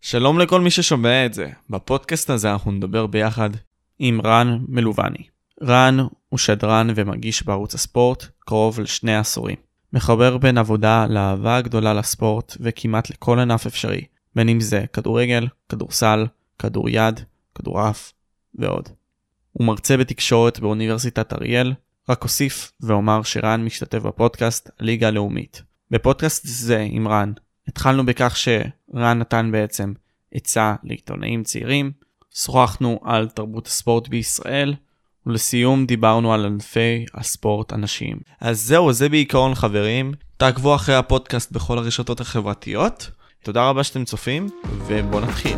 שלום לכל מי ששומע את זה. בפודקאסט הזה אנחנו נדבר ביחד עם רן מלובני. רן הוא שדרן ומגיש בערוץ הספורט קרוב ל2 עשורים. מחבר בין עבודה לאהבה הגדולה לספורט וכמעט לכל ענף אפשרי, בין אם זה כדורגל, כדורסל, כדוריד, כדורעף ועוד. הוא מרצה בתקשורת באוניברסיטת אריאל, רק אוסיף ואומר שרן משתתף בפודקאסט ליגה הלאומית. בפודקאסט זה עם רן התחלנו בכך שרן נתן בעצם עצה לעיתונאים צעירים, שוחחנו על תרבות הספורט בישראל, ולסיום דיברנו על ענפי הספורט הנשיים. אז זהו, זה בעיקרון חברים. תעקבו אחרי הפודקאסט בכל הרשתות החברתיות. תודה רבה שאתם צופים, ובואו נתחיל.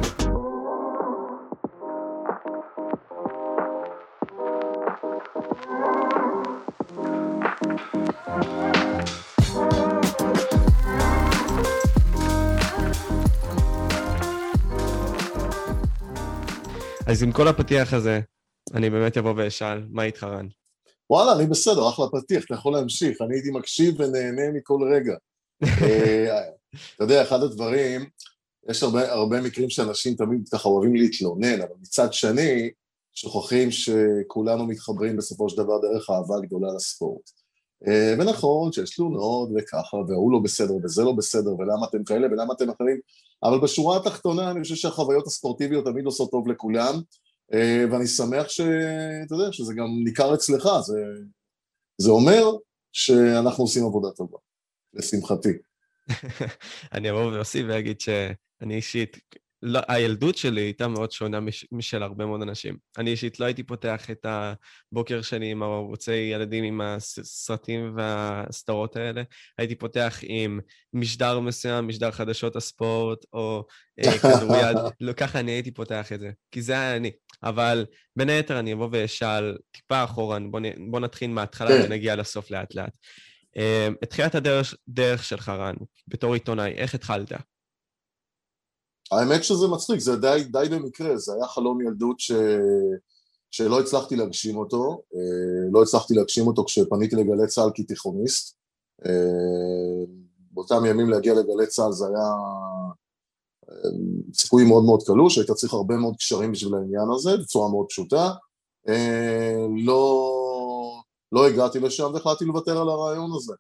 אז עם כל הפתיח הזה, אני באמת אבוא ואשאל, מה איתך רן? וואלה, אני בסדר, אחלה פתיח, אתה יכול להמשיך, אני הייתי מקשיב ונהנה מכל רגע. אתה יודע, אחד הדברים, יש הרבה מקרים שאנשים תמיד ככה אוהבים להתלונן, אבל מצד שני, שוכחים שכולנו מתחברים בסופו של דבר דרך אהבה גדולה לספורט. ונכון שיש תלונות וככה, והוא לא בסדר וזה לא בסדר, ולמה אתם כאלה ולמה אתם אחרים, אבל בשורה התחתונה אני חושב שהחוויות הספורטיביות תמיד עושות טוב לכולם, ואני שמח שאתה יודע, שזה גם ניכר אצלך, זה אומר שאנחנו עושים עבודה טובה, לשמחתי. אני אבוא ואוסיף ואגיד שאני אישית, הילדות שלי הייתה מאוד שונה משל הרבה מאוד אנשים. אני אישית לא הייתי פותח את הבוקר שלי עם ערוצי ילדים, עם הסרטים והסדרות האלה. הייתי פותח עם משדר מסוים, משדר חדשות הספורט, או כדוריד. לא, ככה אני הייתי פותח את זה, כי זה היה אני. אבל בין היתר אני אבוא ואשאל טיפה אחורה, בוא נתחיל מההתחלה ונגיע לסוף לאט לאט. התחילת הדרך שלך רן, בתור עיתונאי, איך התחלת? האמת שזה מצחיק, זה די במקרה, זה היה חלום ילדות שלא הצלחתי להגשים אותו, לא הצלחתי להגשים אותו כשפניתי לגלי צה"ל כתיכוניסט, באותם ימים להגיע לגלי צה"ל זה היה סיכוי מאוד מאוד קלוש, היית צריך הרבה מאוד קשרים בשביל העניין הזה, בצורה מאוד פשוטה, לא הגעתי לשם והחלטתי לוותר על הרעיון הזה.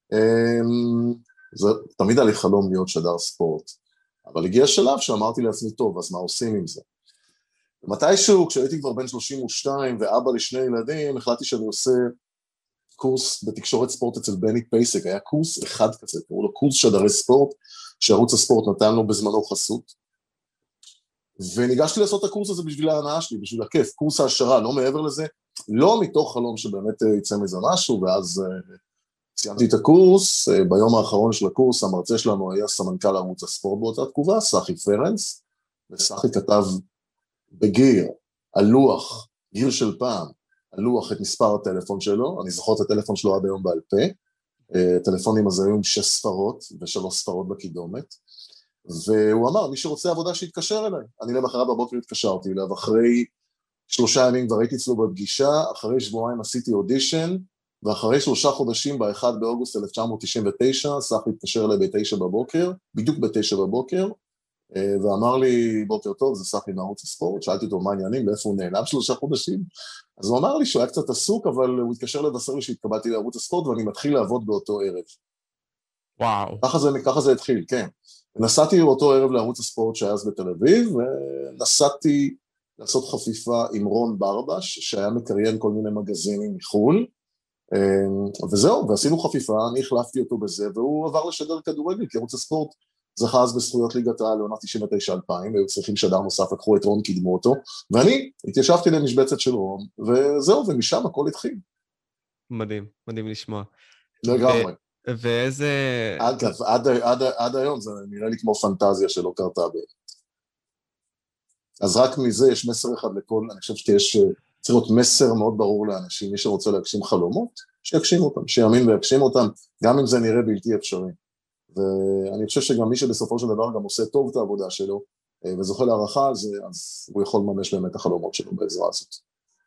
זה תמיד היה לי חלום להיות שדר ספורט, אבל הגיע שלב שאמרתי לעצמי, טוב, אז מה עושים עם זה? מתישהו, כשהייתי כבר בן 32 ואבא לשני ילדים, החלטתי שאני עושה קורס בתקשורת ספורט אצל בני פייסק, היה קורס אחד כזה, קראו לו קורס שדרי ספורט, שערוץ הספורט נתן לו בזמנו חסות, וניגשתי לעשות את הקורס הזה בשביל ההנאה שלי, בשביל הכיף, קורס ההשערה, לא מעבר לזה, לא מתוך חלום שבאמת יצא מזה משהו, ואז סיימתי את הקורס, ביום האחרון של הקורס, המרצה שלנו היה סמנכ"ל ערוץ הספורט באותה תקופה, סחי פרנס, וסחי כתב בגיר, על לוח, גיר של פעם, על לוח את מספר הטלפון שלו, אני זוכר את הטלפון שלו עד היום בעל פה, הטלפונים הזה היו עם 6 ספרות ו3 ספרות בקידומת, והוא אמר, מי שרוצה עבודה שיתקשר אליי, אני למחרת בבוקר התקשרתי אליו, אחרי 3 ימים כבר הייתי אצלו בפגישה, אחרי שבועיים עשיתי אודישן, ואחרי 3 חודשים, ב-1 באוגוסט 1999, סחי התקשר אליי ב-9 בבוקר, בדיוק ב-9 בבוקר, ואמר לי, בוקר טוב, זה סחי מערוץ הספורט, שאלתי אותו מה העניינים, לאיפה הוא נעלם 3 חודשים, אז הוא אמר לי שהוא היה קצת עסוק, אבל הוא התקשר לבשר לי שהתקבלתי לערוץ הספורט, ואני מתחיל לעבוד באותו ערב. וואו. ככה זה התחיל, כן. נסעתי באותו ערב לערוץ הספורט שהיה אז בתל אביב, ונסעתי לעשות חפיפה עם רון ברבש, שהיה מקריין כל מיני מגזינים מחול, וזהו, ועשינו חפיפה, אני החלפתי אותו בזה, והוא עבר לשדר כדורגל, כי ערוץ הספורט זכה אז בזכויות ליגת העל לעונה 99-2000, והיו צריכים שדר נוסף, לקחו את רון, קידמו אותו, ואני התיישבתי למשבצת של רון, וזהו, ומשם הכל התחיל. מדהים, מדהים לשמוע. לגמרי. ואיזה... עד היום זה נראה לי כמו פנטזיה שלא קרתה באמת. אז רק מזה יש מסר אחד לכל, אני חושב צריך להיות מסר מאוד ברור לאנשים, מי שרוצה להגשים חלומות, שיגשים אותם, שיאמין ויגשים אותם, גם אם זה נראה בלתי אפשרי. ואני חושב שגם מי שבסופו של דבר גם עושה טוב את העבודה שלו, וזוכה להערכה על זה, אז הוא יכול לממש באמת החלומות שלו בעזרה הזאת.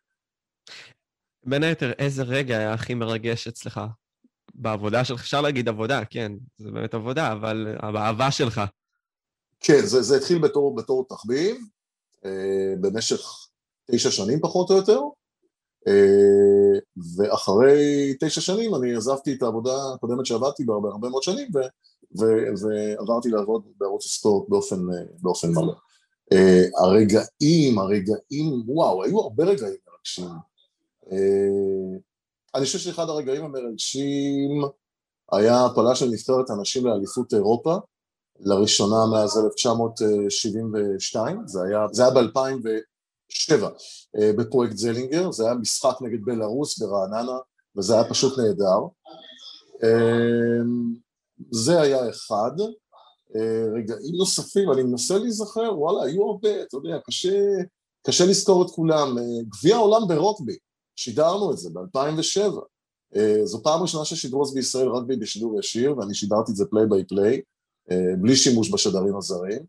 בין היתר, איזה רגע היה הכי מרגש אצלך? בעבודה שלך, אפשר להגיד עבודה, כן, זה באמת עבודה, אבל באהבה שלך. כן, זה התחיל בתור תחביב, במשך 9 שנים פחות או יותר, ואחרי 9 שנים אני עזבתי את העבודה הקודמת שעבדתי בה הרבה מאוד שנים, ועברתי לעבוד בערוץ הספורט באופן מלא. הרגעים, וואו, היו הרבה רגעים מרגשים. אני חושב שאחד הרגעים המרגשים היה הפלה של נבחרת הנשים לאליפות אירופה, לראשונה מאז 1972, זה היה ב-2007, בפרויקט זלינגר, זה היה משחק נגד בלרוס ברעננה, וזה היה פשוט נהדר. זה היה אחד. רגעים נוספים, אני מנסה להיזכר, וואלה, היו הרבה, אתה יודע, קשה לזכור את כולם. גביע העולם ברוגבי, שידרנו את זה ב-2007. זו פעם ראשונה ששידרו אז בישראל רגבי בשידור ישיר, ואני שידרתי את זה פליי ביי פליי, בלי שימוש בשדרים הזרים,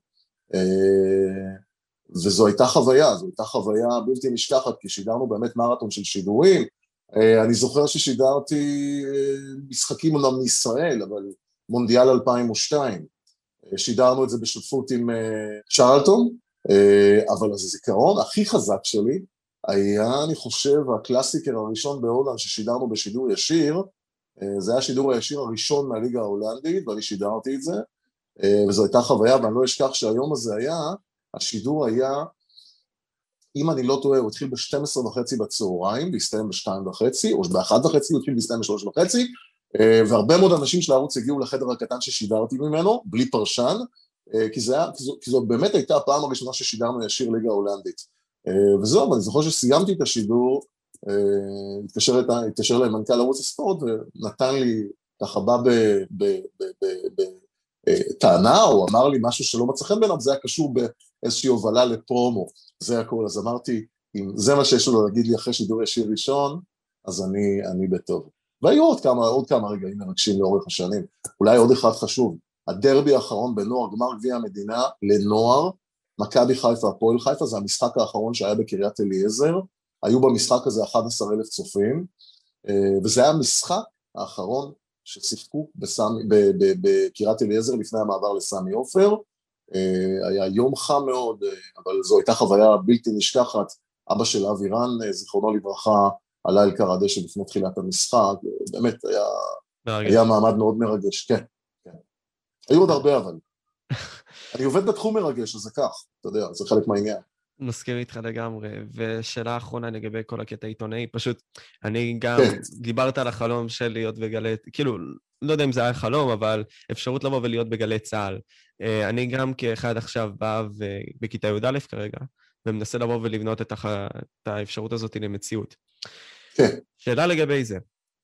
וזו הייתה חוויה בלתי נשכחת, כי שידרנו באמת מרתון של שידורים. אני זוכר ששידרתי משחקים אומנם מישראל, אבל מונדיאל 2002, שידרנו את זה בשותפות עם צ'רלטון, אבל הזיכרון הכי חזק שלי היה, אני חושב, הקלאסיקר הראשון בהולנד ששידרנו בשידור ישיר, זה היה השידור הישיר הראשון מהליגה ההולנדית, ואני שידרתי את זה, וזו הייתה חוויה, ואני לא אשכח שהיום הזה השידור היה, אם אני לא טועה, הוא התחיל ב-12:30 בצהריים, והסתיים ב-2:30, או ב-1:30, הוא התחיל והסתיים ב-3:30, והרבה מאוד אנשים של הערוץ הגיעו לחדר הקטן ששידרתי ממנו, בלי פרשן, כי זו באמת הייתה הפעם הראשונה ששידרנו ישיר ליגה ההולנדית. וזהו, אני זוכר שסיימתי את השידור, התקשר אליי מנכ"ל ערוץ הספורט, ונתן לי ככה בא בטענה, או אמר לי משהו שלא מצא חן בעיניו, זה היה קשור באיזושהי הובלה לפרומו, זה הכל. אז אמרתי, אם זה מה שיש לו להגיד לי אחרי שידור ישיר ראשון, אז אני בטוב. והיו עוד כמה רגעים מרגשים לאורך השנים. אולי עוד אחד חשוב, הדרבי האחרון בנוער, גמר גביע המדינה לנוער, מכבי חיפה, הפועל חיפה, זה המשחק האחרון שהיה בקריית אליעזר, היו במשחק הזה 11,000 צופים, וזה היה המשחק האחרון ששיחקו בקריית אליעזר לפני המעבר לסמי עופר, היה יום חם מאוד, אבל זו הייתה חוויה בלתי נשכחת. אבא של אבירן, זיכרונו לברכה, עלה אל קר הדשא לפני תחילת המשחק, באמת היה מעמד מאוד מרגש, כן. היו עוד הרבה, אבל אני עובד בתחום מרגש, אז זה כך, אתה יודע, זה חלק מהעניין. מסכים איתך לגמרי, ושאלה האחרונה לגבי כל הקטע עיתונאי, פשוט אני גם דיברת על החלום של להיות בגלי, כאילו, לא יודע אם זה היה חלום, אבל אפשרות לבוא ולהיות בגלי צהל. אני גם כאחד עכשיו בא בכיתה י"א כרגע, ומנסה לבוא ולבנות את האפשרות הזאת למציאות. שאלה לגבי זה,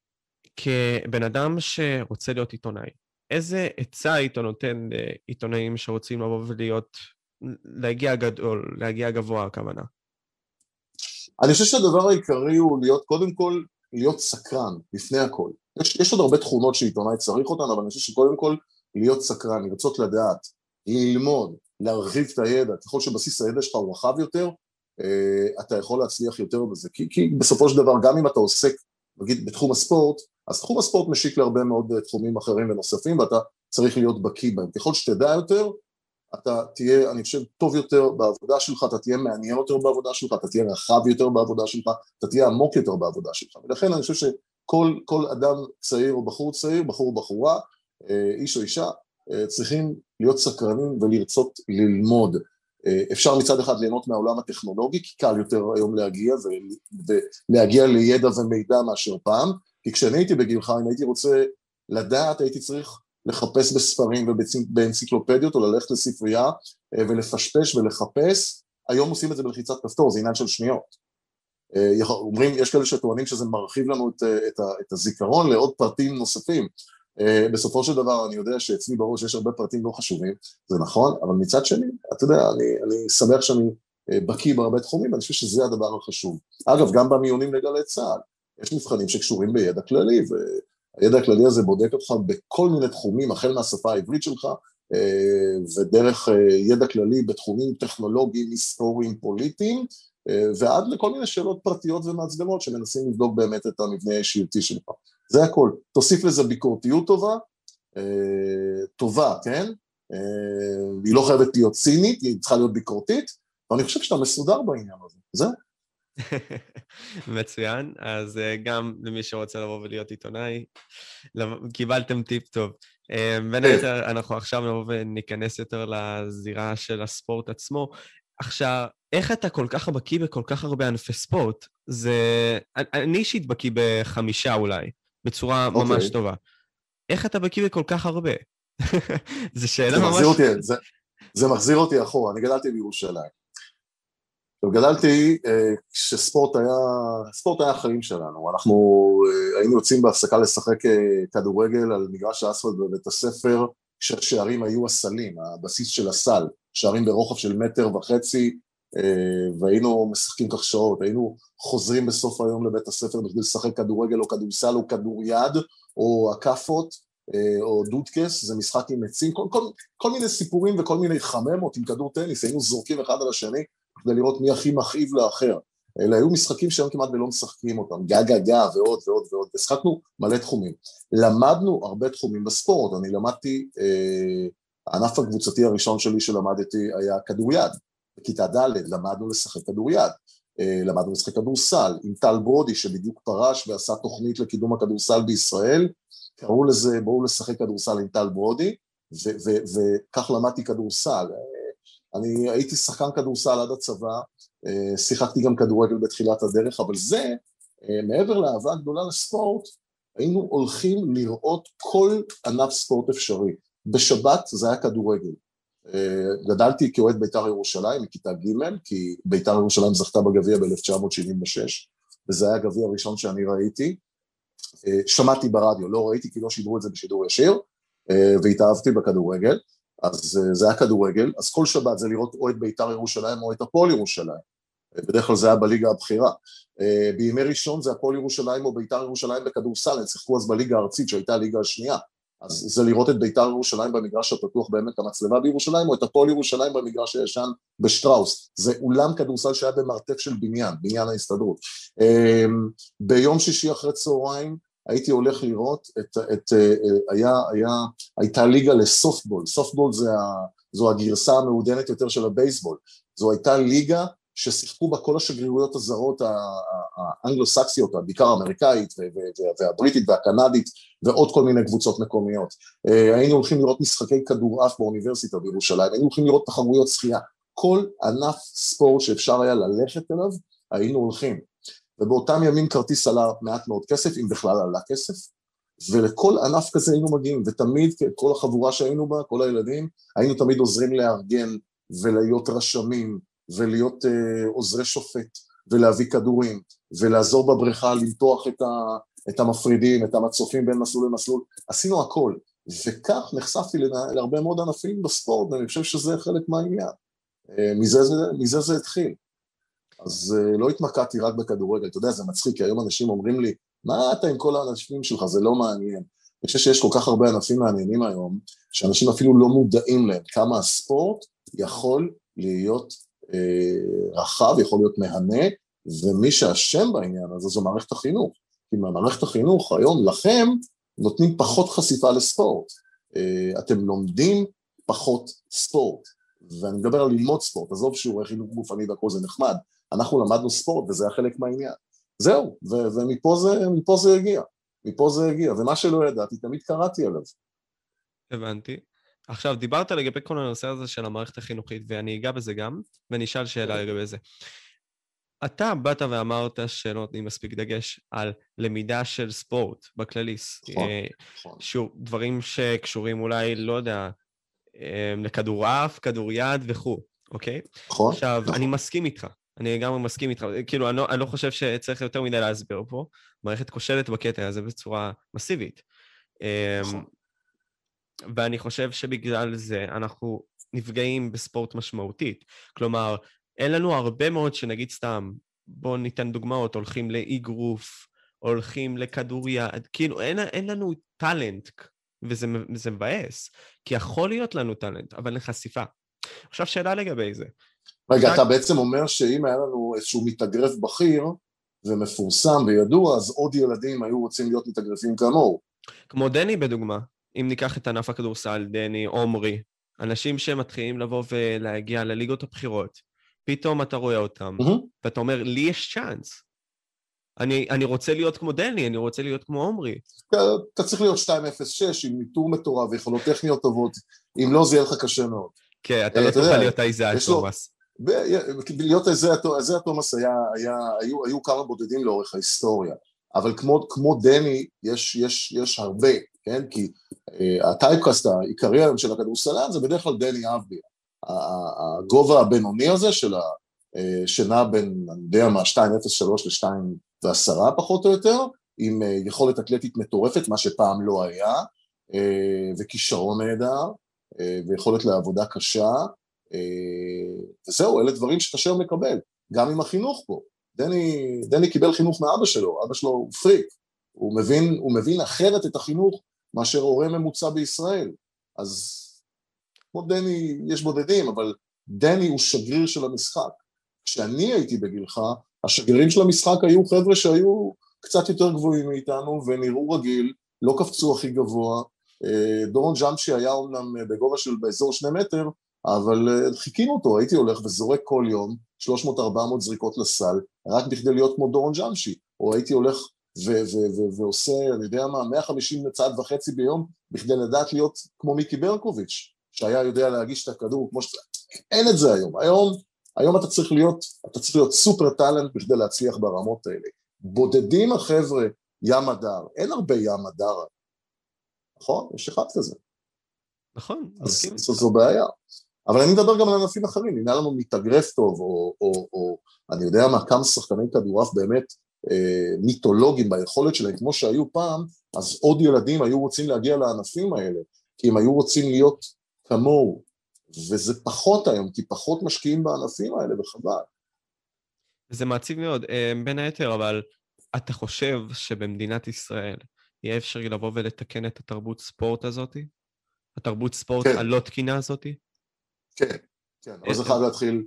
כבן אדם שרוצה להיות עיתונאי, איזה עצה היית נותן לעיתונאים שרוצים לבוא ולהיות, להגיע גדול, להגיע גבוה הכוונה? אני חושב שהדבר העיקרי הוא להיות, קודם כל, להיות סקרן, לפני הכל. יש עוד הרבה תכונות שעיתונאי צריך אותן, אבל אני חושב שקודם כל להיות סקרן, לרצות לדעת, ללמוד, להרחיב את הידע, ככל שבסיס הידע שלך הוא רחב יותר, אתה יכול להצליח יותר בזה, כי בסופו של דבר, גם אם אתה עוסק, נגיד, בתחום הספורט, אז תחום הספורט משיק להרבה מאוד תחומים אחרים ונוספים, ואתה צריך להיות בקיא בהם. ככל שתדע יותר, אתה תהיה, אני חושב, טוב יותר בעבודה שלך, אתה תהיה מעניין יותר בעבודה שלך, אתה תהיה רחב יותר בעבודה שלך, אתה תהיה עמוק יותר בעבודה שלך. ולכן אני חושב שכל אדם צעיר או בחור צעיר, בחור או בחורה, איש או אישה, צריכים להיות סקרנים ולרצות ללמוד. אפשר מצד אחד ליהנות מהעולם הטכנולוגי, כי קל יותר היום להגיע לידע ומידע מאשר פעם, כי כשאני הייתי בגילך, אם הייתי רוצה לדעת, הייתי צריך לחפש בספרים ובאנציקלופדיות, או ללכת לספרייה ולפשפש ולחפש. היום עושים את זה בלחיצת כפתור, זה עניין של שניות. אומרים, יש כאלה שטוענים שזה מרחיב לנו את הזיכרון לעוד פרטים נוספים. בסופו של דבר אני יודע שאצלי בראש יש הרבה פרטים לא חשובים, זה נכון, אבל מצד שני, אתה יודע, אני שמח שאני בקיא בהרבה תחומים, ואני חושב שזה הדבר החשוב. אגב, גם במיונים לגלי צהל, יש מבחנים שקשורים בידע כללי, והידע הכללי הזה בודק אותך בכל מיני תחומים, החל מהשפה העברית שלך, ודרך ידע כללי בתחומים טכנולוגיים, היסטוריים, פוליטיים, ועד לכל מיני שאלות פרטיות ומעצבנות שמנסים לבדוק באמת את המבנה האישיותי שלך. זה הכל. תוסיף לזה ביקורתיות טובה, כן? היא לא חייבת להיות צינית, היא צריכה להיות ביקורתית, ואני חושב שאתה מסודר בעניין הזה. זהו. מצוין, אז גם למי שרוצה לבוא ולהיות עיתונאי, קיבלתם טיפ טוב. בין היתר, אנחנו עכשיו נבוא וניכנס יותר לזירה של הספורט עצמו. עכשיו, איך אתה כל כך בקיא בכל כך הרבה ענפי ספורט? אני אישית בקיא ב5 אולי, בצורה ממש טובה. איך אתה בקיא בכל כך הרבה? זו שאלה ממש... זה מחזיר אותי אחורה, אני גדלתי בירושלים. גדלתי כשספורט היה החיים שלנו, אנחנו היינו יוצאים בהפסקה לשחק כדורגל על מגרש האספלט בבית הספר, כשהשערים היו הסלים, הבסיס של הסל, שערים ברוחב של 1.5 מטר, והיינו משחקים כך שעות, היינו חוזרים בסוף היום לבית הספר בשביל לשחק כדורגל או כדורסל או כדוריד או הקפות או דודקס, זה משחק עם עצים, כל מיני סיפורים וכל מיני חממות עם כדור טניס, היינו זורקים אחד על השני כדי לראות מי הכי מכאיב לאחר. אלה היו משחקים שהיום כמעט ולא משחקים אותם, גה ועוד ועוד ועוד, השחקנו מלא תחומים. למדנו הרבה תחומים בספורט, אני למדתי, הענף הקבוצתי הראשון שלי שלמדתי היה כדוריד, בכיתה ד' למדנו לשחק כדוריד, למדנו לשחק כדורסל, עם טל ברודי שבדיוק פרש ועשה תוכנית לקידום הכדורסל בישראל, קראו לזה בואו לשחק כדורסל עם טל ברודי, וכך למדתי כדורסל. אני הייתי שחקן כדורסל עד הצבא, שיחקתי גם כדורגל בתחילת הדרך, אבל זה, מעבר לאהבה גדולה לספורט, היינו הולכים לראות כל ענף ספורט אפשרי. בשבת זה היה כדורגל. גדלתי כאוהד בית"ר ירושלים מכיתה ג', כי בית"ר ירושלים זכתה בגביע ב-1976, וזה היה הגביע הראשון שאני ראיתי. שמעתי ברדיו, לא ראיתי כי לא שידרו את זה בשידור ישיר, והתאהבתי בכדורגל. אז זה היה כדורגל, אז כל שבת זה לראות או את בית"ר ירושלים או את הפועל ירושלים, בדרך כלל זה היה בליגה הבכירה, בימי ראשון זה הפועל ירושלים או בית"ר ירושלים בכדורסל, הם שיחקו אז בליגה הארצית שהייתה הליגה השנייה, אז זה לראות את בית"ר ירושלים במגרש הפתוח בעמק המצלבה בירושלים, או את הפועל ירושלים במגרש הישן בשטראוס, זה אולם כדורסל שהיה במרתף של בניין ההסתדרות. ביום שישי אחרי צהריים, הייתי הולך לראות הייתה ליגה לסופטבול, סופטבול זו הגרסה המעודנת יותר של הבייסבול, זו הייתה ליגה ששיחקו בה כל השגרירויות הזרות האנגלו-סקסיות, בעיקר האמריקאית והבריטית והקנדית, ועוד כל מיני קבוצות מקומיות. היינו הולכים לראות משחקי כדורעף באוניברסיטה בירושלים, היינו הולכים לראות תחרויות שחייה, כל ענף ספורט שאפשר היה ללכת אליו, היינו הולכים. ובאותם ימים כרטיס עלה מעט מאוד כסף, אם בכלל עלה כסף, ולכל ענף כזה היינו מגיעים, ותמיד כל החבורה שהיינו בה, כל הילדים, היינו תמיד עוזרים לארגן, ולהיות רשמים, ולהיות עוזרי שופט, ולהביא כדורים, ולעזור בבריכה, למתוח את המפרידים, את המצופים בין מסלול למסלול, עשינו הכל, וכך נחשפתי להרבה מאוד ענפים בספורט, ואני חושב שזה חלק מהעניין, מזה זה התחיל. אז לא התמקדתי רק בכדורגל, אתה יודע, זה מצחיק, כי היום אנשים אומרים לי, מה אתה עם כל האנשים שלך, זה לא מעניין. אני חושב שיש כל כך הרבה ענפים מעניינים היום, שאנשים אפילו לא מודעים להם, כמה הספורט יכול להיות רחב, יכול להיות מהנה, ומי שאשם בעניין הזה זו מערכת החינוך. כי מערכת החינוך היום לכם נותנים פחות חשיפה לספורט. אתם לומדים פחות ספורט, ואני מדבר על ללמוד ספורט, עזוב שיעורי חינוך גופני והכל זה נחמד, אנחנו למדנו ספורט וזה היה חלק מהעניין. זהו, ומפה זה הגיע, ומה שלא ידעתי, תמיד קראתי עליו. הבנתי. עכשיו, דיברת לגבי כל הנושא הזה של המערכת החינוכית, ואני אגע בזה גם, ואני אשאל שאלה לגבי זה. אתה באת ואמרת שנותנים מספיק דגש על למידה של ספורט בכלליס, שוב, דברים שקשורים אולי, לא יודע, לכדורעף, כדוריד וכו', אוקיי? עכשיו, אני מסכים איתך. אני גם מסכים איתך, כאילו, אני לא חושב שצריך יותר מדי להסביר פה, מערכת כושלת בקטע הזה בצורה מסיבית. ואני חושב שבגלל זה אנחנו נפגעים בספורט משמעותית. כלומר, אין לנו הרבה מאוד שנגיד סתם, בואו ניתן דוגמאות, הולכים לאיגרוף, הולכים לכדוריד, כאילו אין לנו טלנט, וזה מבאס, כי יכול להיות לנו טלנט, אבל אין חשיפה. עכשיו שאלה לגבי זה. רגע, אתה בעצם אומר שאם היה לנו איזשהו מתאגרף בכיר, ומפורסם וידוע, אז עוד ילדים היו רוצים להיות מתאגרפים כמוהו. כמו דני בדוגמה, אם ניקח את ענף הכדורסל, דני, עומרי. אנשים שמתחילים לבוא ולהגיע לליגות הבחירות, פתאום אתה רואה אותם, ואתה אומר, לי יש צ'אנס. אני רוצה להיות כמו דני, אני רוצה להיות כמו עומרי. אתה צריך להיות 2.06 עם ניטור מטורף ויכולות טכניות טובות, אם לא זה יהיה לך קשה מאוד. כן, אתה לא תוכל להיות איזיה תומאס. להיות איזיה תומאס היו כמה בודדים לאורך ההיסטוריה, אבל כמו דני יש הרבה, כן? כי הטייפקאסט העיקרי היום של הכדורסלן זה בדרך כלל דני אבדיה. הגובה הבינוני הזה שנע בין, אני יודע מה, 2.03 ל-2.10 פחות או יותר, עם יכולת אתלטית מטורפת, מה שפעם לא היה, וכישרון נהדר, ויכולת לעבודה קשה, וזהו, אלה דברים שקשה היום לקבל, גם עם החינוך פה. דני קיבל חינוך מאבא שלו, אבא שלו הוא פריק, הוא מבין אחרת את החינוך מאשר הורה ממוצע בישראל, אז כמו דני יש בודדים, אבל דני הוא שגריר של המשחק. כשאני הייתי בגילך, השגרירים של המשחק היו חבר'ה שהיו קצת יותר גבוהים מאיתנו, ונראו רגיל, לא קפצו הכי גבוה, דורון ג'אמשי היה אומנם בגובה של באזור 2 מטר, אבל חיכינו אותו, הייתי הולך וזורק כל יום 300-400 זריקות לסל, רק בכדי להיות כמו דורון ג'אמשי, או הייתי הולך ועושה, אני יודע מה, 150 צעד וחצי ביום, בכדי לדעת להיות כמו מיקי ברקוביץ', שהיה יודע להגיש את הכדור כמו שצריך. אין את זה היום. היום אתה צריך להיות סופר טלנט בכדי להצליח ברמות האלה. בודדים החבר'ה ים הדר, אין הרבה ים הדר, נכון? יש אחד כזה. נכון. אז זו בעיה. אבל אני מדבר גם על ענפים אחרים, אם היה לנו מתאגרף טוב, או אני יודע מה, כמה שחקני כדורעף באמת מיתולוגים ביכולת שלהם, כמו שהיו פעם, אז עוד ילדים היו רוצים להגיע לענפים האלה, כי הם היו רוצים להיות כמוהו, וזה פחות היום, כי פחות משקיעים בענפים האלה, וחבל. זה מעציב מאוד, בין היתר, אבל אתה חושב שבמדינת ישראל יהיה אפשרי לבוא ולתקן את התרבות ספורט הזאת? התרבות ספורט כן. הלא תקינה הזאת? כן, כן, אבל זה חייב להתחיל,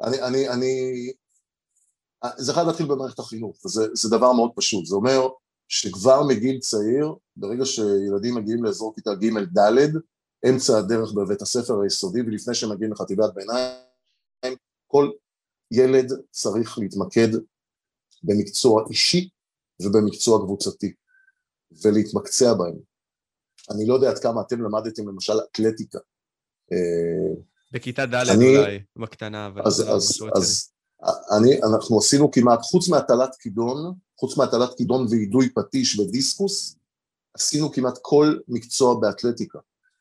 זה חייב להתחיל במערכת החינוך, וזה דבר מאוד פשוט, זה אומר שכבר מגיל צעיר, ברגע שילדים מגיעים לאזור כיתה ג' ד', אמצע הדרך בבית הספר היסודי, ולפני שמגיעים לחטיבת ביניים, כל ילד צריך להתמקד במקצוע אישי ובמקצוע קבוצתי, ולהתמקצע בהם. אני לא יודע עד כמה אתם למדתם למשל אתלטיקה. בכיתה ד' אולי, בקטנה. אנחנו עשינו כמעט, חוץ מהטלת כידון ועידוי פטיש ודיסקוס, עשינו כמעט כל מקצוע באתלטיקה.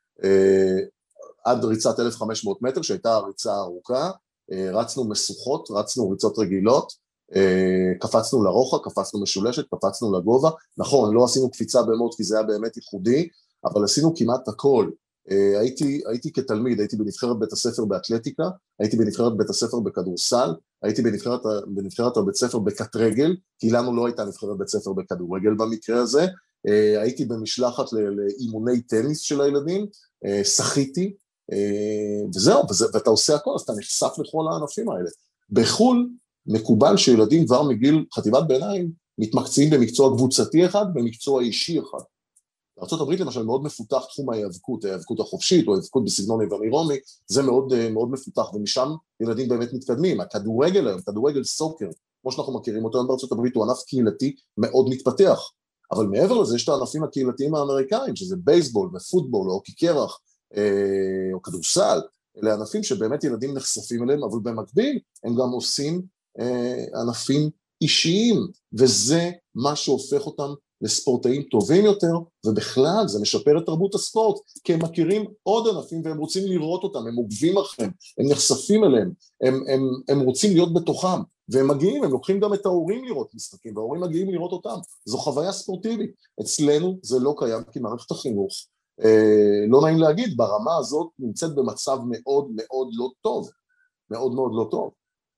עד ריצת 1500 מטר, שהייתה הריצה ארוכה, רצנו משוכות, רצנו ריצות רגילות, קפצנו לרוחב, קפצנו משולשת, קפצנו לגובה, נכון, לא עשינו קפיצה במות כי זה היה באמת ייחודי, אבל עשינו כמעט הכל. הייתי כתלמיד, הייתי בנבחרת בית הספר באתלטיקה, הייתי בנבחרת בית הספר בכדורסל, הייתי בנבחרת בית הספר בקטרגל, כי לנו לא הייתה נבחרת בית הספר בכדורגל במקרה הזה, הייתי במשלחת לאימוני טניס של הילדים, שחיתי, וזהו, ואתה עושה הכל, אז אתה נחשף לכל הענפים האלה. בחול מקובל שילדים כבר מגיל חטיבת ביניים מתמקצעים במקצוע קבוצתי אחד, במקצוע אישי אחד. בארצות הברית למשל מאוד מפותח תחום ההיאבקות החופשית, או ההיאבקות בסגנון יווני רומי, זה מאוד, מאוד מפותח, ומשם ילדים באמת מתקדמים. הכדורגל היום, כדורגל סוקר, כמו שאנחנו מכירים אותו, בארצות הברית הוא ענף קהילתי מאוד מתפתח, אבל מעבר לזה יש את הענפים הקהילתיים האמריקאים, שזה בייסבול ופוטבול, או הוקי קרח, או כדורסל, אלה ענפים שבאמת ילדים נחשפים אליהם, אבל במקביל הם גם עושים ענפים אישיים, וזה מה שהופך אותם לספורטאים טובים יותר, ובכלל זה משפר את תרבות הספורט, כי הם מכירים עוד ענפים והם רוצים לראות אותם, הם עוקבים אחריהם, הם נחשפים אליהם, הם רוצים להיות בתוכם, והם מגיעים, הם לוקחים גם את ההורים לראות משחקים, וההורים מגיעים לראות אותם, זו חוויה ספורטיבית. אצלנו זה לא קיים, כי מערכת החינוך, לא נעים להגיד, ברמה הזאת נמצאת במצב מאוד מאוד לא טוב, מאוד מאוד לא טוב.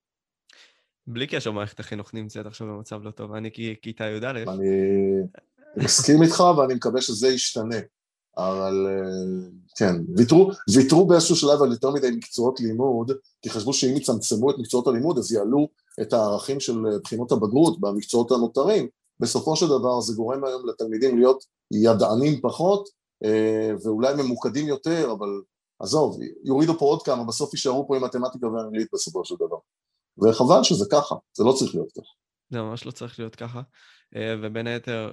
בלי קשר מערכת החינוך נמצאת עכשיו במצב לא טוב, אני כיתה י"א. אני מסכים איתך ואני מקווה שזה ישתנה, אבל כן, ויתרו באיזשהו שלב על יותר מדי מקצועות לימוד, כי חשבו שאם יצמצמו את מקצועות הלימוד, אז יעלו את הערכים של בחינות הבגרות במקצועות הנותרים, בסופו של דבר זה גורם היום לתלמידים להיות ידענים פחות, ואולי ממוקדים יותר, אבל עזוב, יורידו פה עוד כמה, בסוף יישארו פה עם מתמטיקה ואנגלית בסופו של דבר. וחבל שזה ככה, זה לא צריך להיות ככה. זה ממש לא צריך להיות ככה, ובין היתר,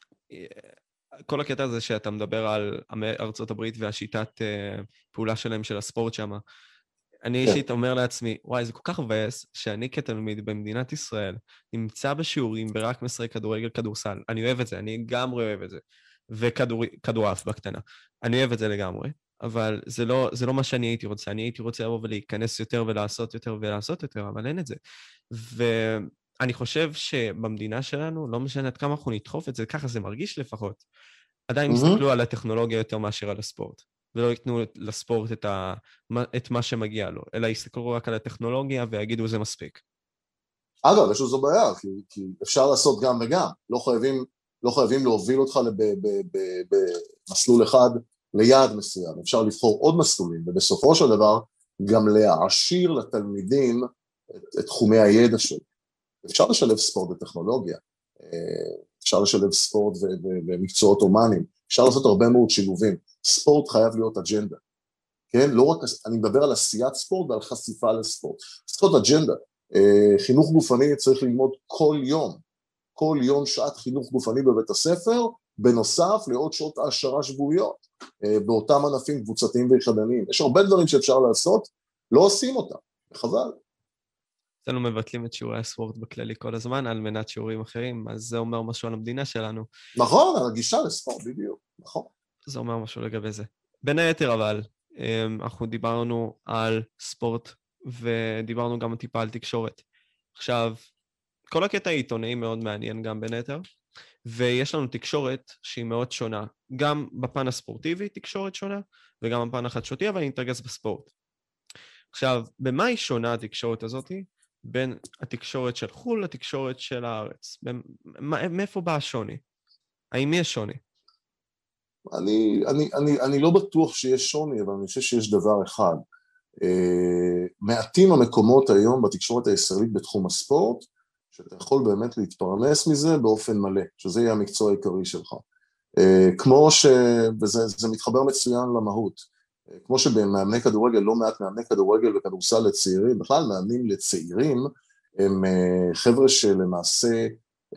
כל הקטע הזה שאתה מדבר על ארצות הברית והשיטת פעולה שלהם של הספורט שם, אני אישית אומר לעצמי, וואי, זה כל כך מבאס שאני כתלמיד במדינת ישראל נמצא בשיעורים ורק משחק כדורגל, כדורסל. אני אוהב את זה, אני גם אוהב את זה. וכדורעף בקטנה. אני אוהב את זה לגמרי, אבל זה לא מה שאני הייתי רוצה. אני הייתי רוצה לבוא ולהיכנס יותר ולעשות יותר ולעשות יותר, אבל אין את זה. ואני חושב שבמדינה שלנו, לא משנה עד כמה אנחנו נדחוף את זה, ככה זה מרגיש לפחות. עדיין יסתכלו על הטכנולוגיה יותר מאשר על הספורט. ולא ייתנו לספורט את מה שמגיע לו, אלא יסתכלו רק על הטכנולוגיה ויגידו זה מספיק. אגב, יש לזו בעיה, כי אפשר לעשות גם וגם, לא חייבים להוביל אותך במסלול אחד ליעד מסוים, אפשר לבחור עוד מסלולים, ובסופו של דבר גם להעשיר לתלמידים את תחומי הידע שלו. אפשר לשלב ספורט וטכנולוגיה, אפשר לשלב ספורט ומקצועות אומנים, אפשר לעשות הרבה מאוד שילובים, ספורט חייב להיות אג'נדה, כן? לא רק, אני מדבר על עשיית ספורט ועל חשיפה לספורט, זאת אג'נדה, חינוך גופני צריך ללמוד כל יום שעת חינוך גופני בבית הספר, בנוסף לעוד שעות העשרה שבועיות, באותם ענפים קבוצתיים ויחידניים, יש הרבה דברים שאפשר לעשות, לא עושים אותם, חבל. אצלנו מבטלים את שיעורי הספורט בכללי כל הזמן, על מנת שיעורים אחרים, אז זה אומר משהו על המדינה שלנו. נכון, על הגישה לספורט, בדיוק, נכון. זה אומר משהו לגבי זה. בין היתר אבל, אנחנו דיברנו על ספורט, ודיברנו גם טיפה על תקשורת. עכשיו, כל הקטע העיתונאי מאוד מעניין גם בין היתר, ויש לנו תקשורת שהיא מאוד שונה, גם בפן הספורטיבי תקשורת שונה, וגם בפן החדשותי, אבל אני אתרכז בספורט. עכשיו, במה היא שונה התקשורת הזאת? בין התקשורת של חו"ל לתקשורת של הארץ. מאיפה בא השוני? האם יש שוני? אני לא בטוח שיש שוני, אבל אני חושב שיש דבר אחד. מעטים המקומות היום בתקשורת הישראלית בתחום הספורט, שאתה יכול באמת להתפרנס מזה באופן מלא, שזה יהיה המקצוע העיקרי שלך. כמו וזה מתחבר מצוין למהות, כמו שבמאמני כדורגל, לא מעט מאמני כדורגל וכדורסל לצעירים, בכלל מאמנים לצעירים, הם חבר'ה שלמעשה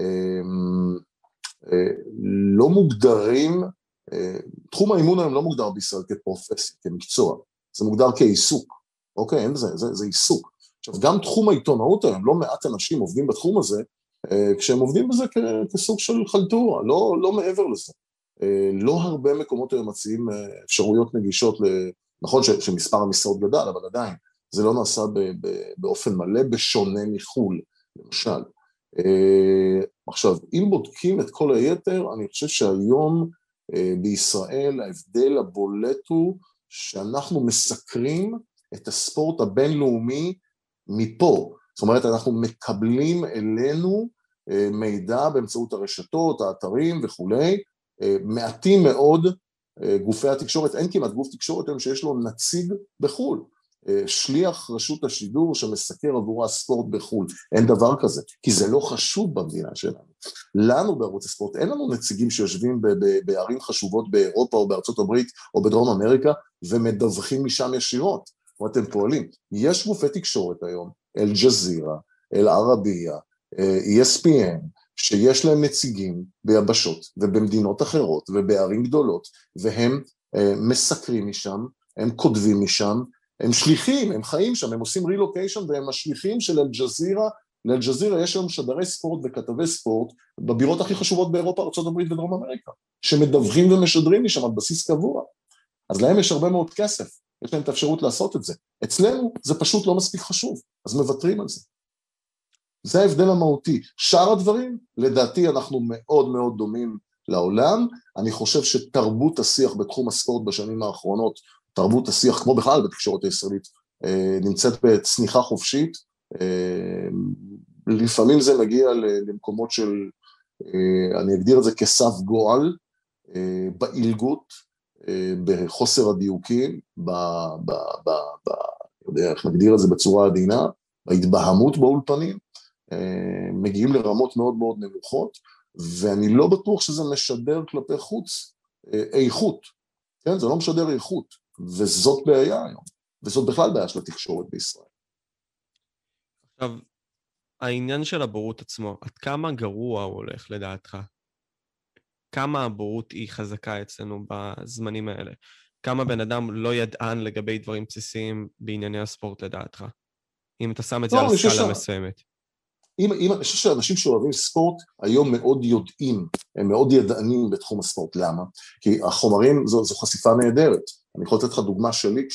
לא מוגדרים, תחום האימון היום לא מוגדר בישראל כפרופסיה, כמקצוע, זה מוגדר כעיסוק, אוקיי, אין זה, זה עיסוק. עכשיו, גם תחום העיתונאות היום, לא מעט אנשים עובדים בתחום הזה, כשהם עובדים בזה כסוג של חלטורה, לא מעבר לזה. לא הרבה מקומות היום מציעים אפשרויות נגישות, נכון שמספר המשרות גדל, אבל עדיין, זה לא נעשה באופן מלא, בשונה מחול, למשל. עכשיו, אם בודקים את כל היתר, אני חושב שהיום בישראל ההבדל הבולט הוא שאנחנו מסקרים את הספורט הבינלאומי מפה. זאת אומרת, אנחנו מקבלים אלינו מידע באמצעות הרשתות, האתרים וכולי, מעטים מאוד גופי התקשורת, אין כמעט גוף תקשורת היום שיש לו נציג בחול, שליח רשות השידור שמסקר עבור הספורט בחול, אין דבר כזה, כי זה לא חשוב במדינה שלנו. לנו בערוץ הספורט אין לנו נציגים שיושבים בערים חשובות באירופה או בארצות הברית או בדרום אמריקה ומדווחים משם ישירות, כמו אתם פועלים. יש גופי תקשורת היום, אל-ג'זירה, אל-ערבייה, ESPN, שיש להם נציגים ביבשות ובמדינות אחרות ובערים גדולות, והם מסקרים משם, הם כותבים משם, הם שליחים, הם חיים שם, הם עושים רילוקיישן והם השליחים של אל-ג'זירה. לאל-ג'זירה יש היום שדרי ספורט וכתבי ספורט בבירות הכי חשובות באירופה, ארצות הברית ודרום אמריקה, שמדווחים ומשדרים משם על בסיס קבוע. אז להם יש הרבה מאוד כסף, יש להם את האפשרות לעשות את זה. אצלנו זה פשוט לא מספיק חשוב, אז מוותרים על זה. זה ההבדל המהותי. שאר הדברים, לדעתי אנחנו מאוד מאוד דומים לעולם. אני חושב שתרבות השיח בתחום הספורט בשנים האחרונות, תרבות השיח כמו בכלל בתקשורת הישראלית, נמצאת בצניחה חופשית. לפעמים זה מגיע למקומות של, אני אגדיר את זה כסף גועל, באילגות, בחוסר הדיוקים, יודע איך נגדיר את זה בצורה עדינה, בהתבהמות באולפנים, מגיעים לרמות מאוד מאוד נמוכות, ואני לא בטוח שזה משדר כלפי חוץ איכות, כן? זה לא משדר איכות, וזאת בעיה היום, וזאת בכלל בעיה של התקשורת בישראל. עכשיו, העניין של הבורות עצמו, עד כמה גרוע הוא הולך לדעתך? כמה הבורות היא חזקה אצלנו בזמנים האלה? כמה בן אדם לא ידען לגבי דברים בסיסיים בענייני הספורט לדעתך? אם אתה שם את זה על סקאלה מסוימת. אני חושב שאנשים שאוהבים ספורט היום מאוד יודעים, הם מאוד ידענים בתחום הספורט. למה? כי החומרים זו חשיפה נהדרת. אני יכול לתת לך דוגמה שלי,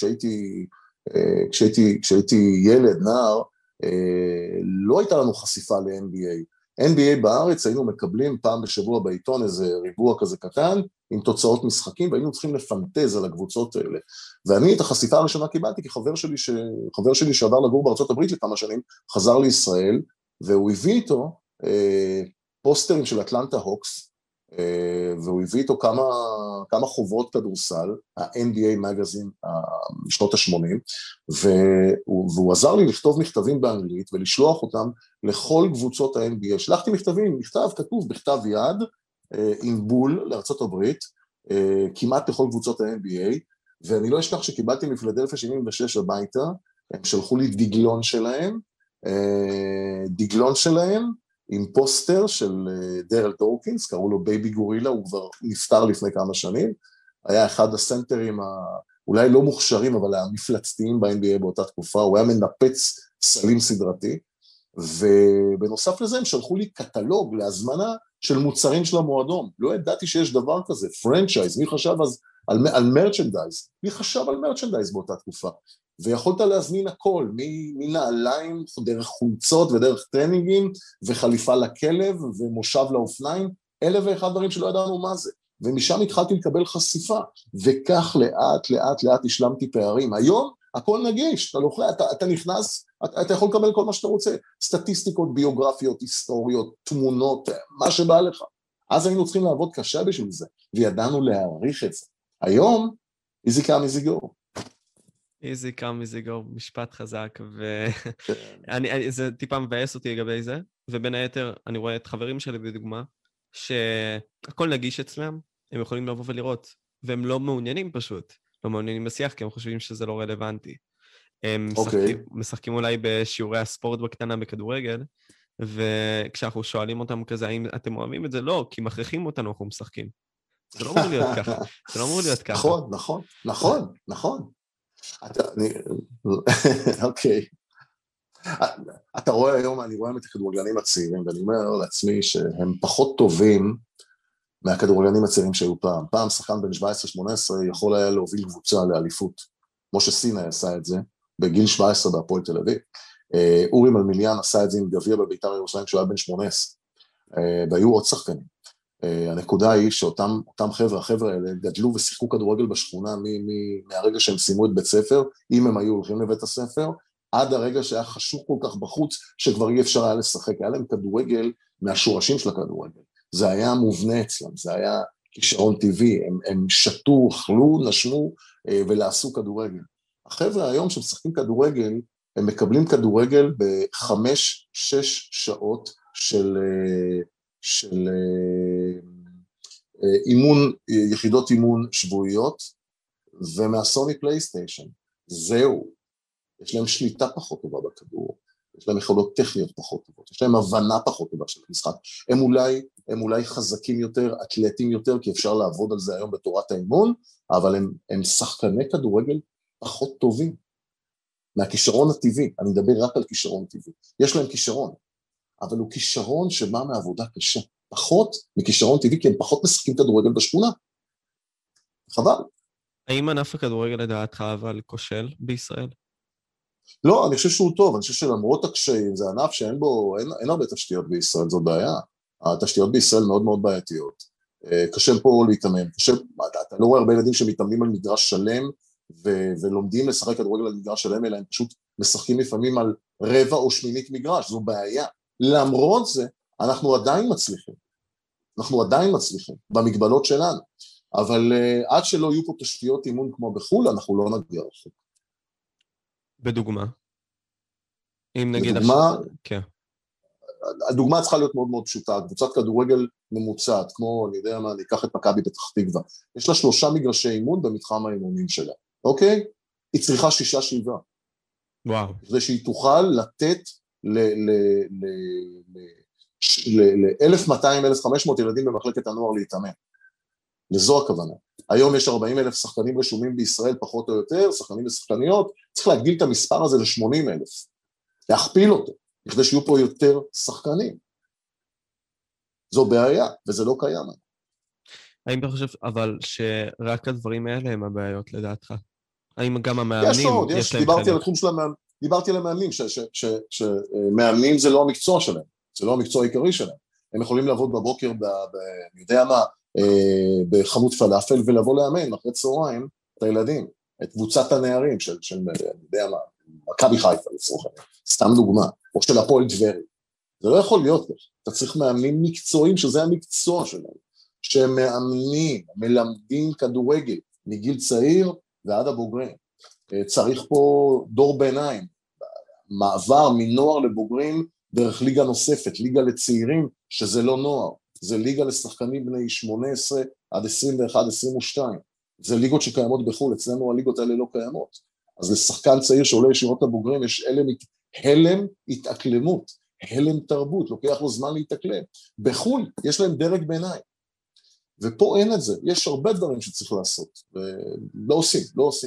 כשהייתי ילד, נער, לא הייתה לנו חשיפה ל-NBA. NBA בארץ היינו מקבלים פעם בשבוע בעיתון איזה ריבוע כזה קטן, עם תוצאות משחקים, והיינו צריכים לפנטז על הקבוצות האלה. ואני את החשיפה הראשונה קיבלתי, כי חבר שלי שעבר לגור בארצות הברית לכמה שנים, חזר לישראל, והוא הביא איתו פוסטרים של אטלנטה הוקס, והוא הביא איתו כמה חוברות כדורסל, ה-NBA מגזין משנות ה-80, והוא עזר לי לכתוב מכתבים באנגלית ולשלוח אותם לכל קבוצות ה-NBA. שלחתי מכתב כתוב בכתב יד, עם בול לארצות הברית, כמעט לכל קבוצות ה-NBA, ואני לא אשכח שקיבלתי מפילדלפיה 76 הביתה, הם שלחו לי דגלון שלהם, עם פוסטר של דרל דורקינס, קראו לו בייבי גורילה, הוא כבר נפטר לפני כמה שנים, היה אחד הסנטרים אולי לא מוכשרים, אבל המפלצתיים ב-NBA באותה תקופה, הוא היה מנפץ סלים סדרתי, ובנוסף לזה הם שלחו לי קטלוג להזמנה של מוצרים של המועדון, לא ידעתי שיש דבר כזה, פרנצ'ייז, מי חשב אז על מרצ'נדייז, מי חשב על מרצ'נדייז באותה תקופה, ויכולת להזמין הכל, מנעליים, דרך חולצות ודרך טרנינגים, וחליפה לכלב, ומושב לאופניים, 1,001 דברים שלא ידענו מה זה, ומשם התחלתי לקבל חשיפה, וכך לאט השלמתי פערים. היום הכל נגיש, אתה נכנס, אתה יכול לקבל כל מה שאתה רוצה, סטטיסטיקות, ביוגרפיות, היסטוריות, תמונות, מה שבא לך. אז היינו צריכים לעבוד קשה בשביל זה, וידענו להעריך את זה. היום, easy come, easy go. easy come, easy go, משפט חזק, וזה טיפה מבאס אותי לגבי זה, ובין היתר אני רואה את חברים שלי בדוגמה, שהכל נגיש אצלם, הם יכולים לבוא ולראות, והם לא מעוניינים פשוט, לא מעוניינים בשיח, כי הם חושבים שזה לא רלוונטי. הם משחקים אולי בשיעורי הספורט בקטנה בכדורגל, וכשאנחנו שואלים אותם כזה, האם אתם אוהבים את זה? לא, כי מכריחים אותנו, אנחנו משחקים. זה לא אמור להיות ככה. זה לא אמור להיות ככה. נכון. אוקיי. אתה רואה היום, אני רואה את הכדורגלנים הצעירים, ואני אומר לעצמי שהם פחות טובים מהכדורגלנים הצעירים שהיו פעם. פעם שחקן בן 17-18 יכול היה להוביל קבוצה לאליפות. כמו שסיני עשה את זה, בגיל 17 בהפועל תל אביב. אורי מלמיליאן עשה את זה עם גביע בביתר ירושלים כשהוא היה בן 18. והיו עוד שחקנים. הנקודה היא שאותם החבר'ה האלה גדלו ושיחקו כדורגל בשכונה מהרגע שהם סיימו את בית ספר, אם הם היו הולכים לבית הספר, עד הרגע שהיה חשוך כל כך בחוץ, שכבר אי אפשר היה לשחק. היה להם כדורגל מהשורשים של הכדורגל. זה היה מובנה אצלם, זה היה כישרון טבעי, הם שתו, אכלו, נשמו ולעשו כדורגל. החבר'ה היום שמשחקים כדורגל, הם מקבלים כדורגל ב5-6 שעות של אימון, יחידות אימון שבועיות, ומהסוני פלייסטיישן. זהו. יש להם שליטה פחות טובה בכדור, יש להם יכולות טכניות פחות טובות, יש להם הבנה פחות טובה של המשחק. הם אולי חזקים יותר, אתלטים יותר, כי אפשר לעבוד על זה היום בתורת האימון, אבל הם שחקני כדורגל פחות טובים. מהכישרון הטבעי, אני מדבר רק על כישרון טבעי. יש להם כישרון, אבל הוא כישרון שבא מעבודה קשה. פחות מכישרון טבעי, כי הם פחות משחקים כדורגל בשכונה. חבל. האם ענף הכדורגל לדעתך אבל כושל בישראל? לא, אני חושב שהוא טוב, אני חושב שלמרות הקשיים, זה ענף שאין בו, אין הרבה תשתיות בישראל, זו בעיה. התשתיות בישראל מאוד מאוד בעייתיות. קשה פה להתאמן. אתה לא רואה הרבה ילדים שמתאמנים על מגרש שלם, ולומדים לשחק כדורגל על מגרש שלם, אלא הם פשוט משחקים לפעמים על רבע או שמינית מגרש, זו בעיה. למרות זה, אנחנו עדיין מצליחים, במגבלות שלנו. אבל עד שלא יהיו פה תשתיות אימון כמו בחול, אנחנו לא נגיע רחוק. בדוגמה? אם נגיד... כן. הדוגמה צריכה להיות מאוד מאוד פשוטה, קבוצת כדורגל ממוצעת, כמו, אני יודע מה, אני אקח את מכבי פתח תקווה, יש לה 3 מגרשי אימון במתחם האימונים שלה. אוקיי? היא צריכה 6-7. וואו. כדי שהיא תוכל לתת ל-1,200-1,500 ילדים במחלקת הנוער להתאמן. לזו הכוונה. היום יש 40,000 שחקנים רשומים בישראל, פחות או יותר, שחקנים ושחקניות, צריך להגדיל את המספר הזה ל-80,000, להכפיל אותו, כדי שיהיו פה יותר שחקנים. זו בעיה, וזה לא קיים. האם אתה חושב, אבל שרק הדברים האלה הם הבעיות לדעתך? האם גם המאמנים יש להם דיברתי חלק? על התחום של המאמנים, דיברתי על המאמנים, שמאמנים זה לא המקצוע שלהם, זה לא המקצוע העיקרי שלהם. הם יכולים לעבוד בבוקר, אני יודע מה, בחנות פלאפל, ולבוא לאמן אחרי צהריים את הילדים, את קבוצת הנערים של אני יודע מה, מכבי חיפה לצורך העניין, סתם דוגמה, או של הפועל טבריה. זה לא יכול להיות כך. אתה צריך מאמנים מקצועיים, שזה המקצוע שלהם, שהם מאמנים, מלמדים כדורגל, מגיל צעיר ועד הבוגרים. צריך פה דור ביניים, מעבר מנוער לבוגרים דרך ליגה נוספת, ליגה לצעירים, שזה לא נוער, זה ליגה לשחקנים בני 18 עד 21-22, זה ליגות שקיימות בחו"ל, אצלנו הליגות האלה לא קיימות, אז לשחקן צעיר שעולה ישירות לבוגרים, יש הלם התאקלמות, הלם תרבות, לוקח לו זמן להתאקלם, בחו"ל יש להם דרג ביניים, ופה אין את זה, יש הרבה דברים שצריך לעשות, ולא עושים,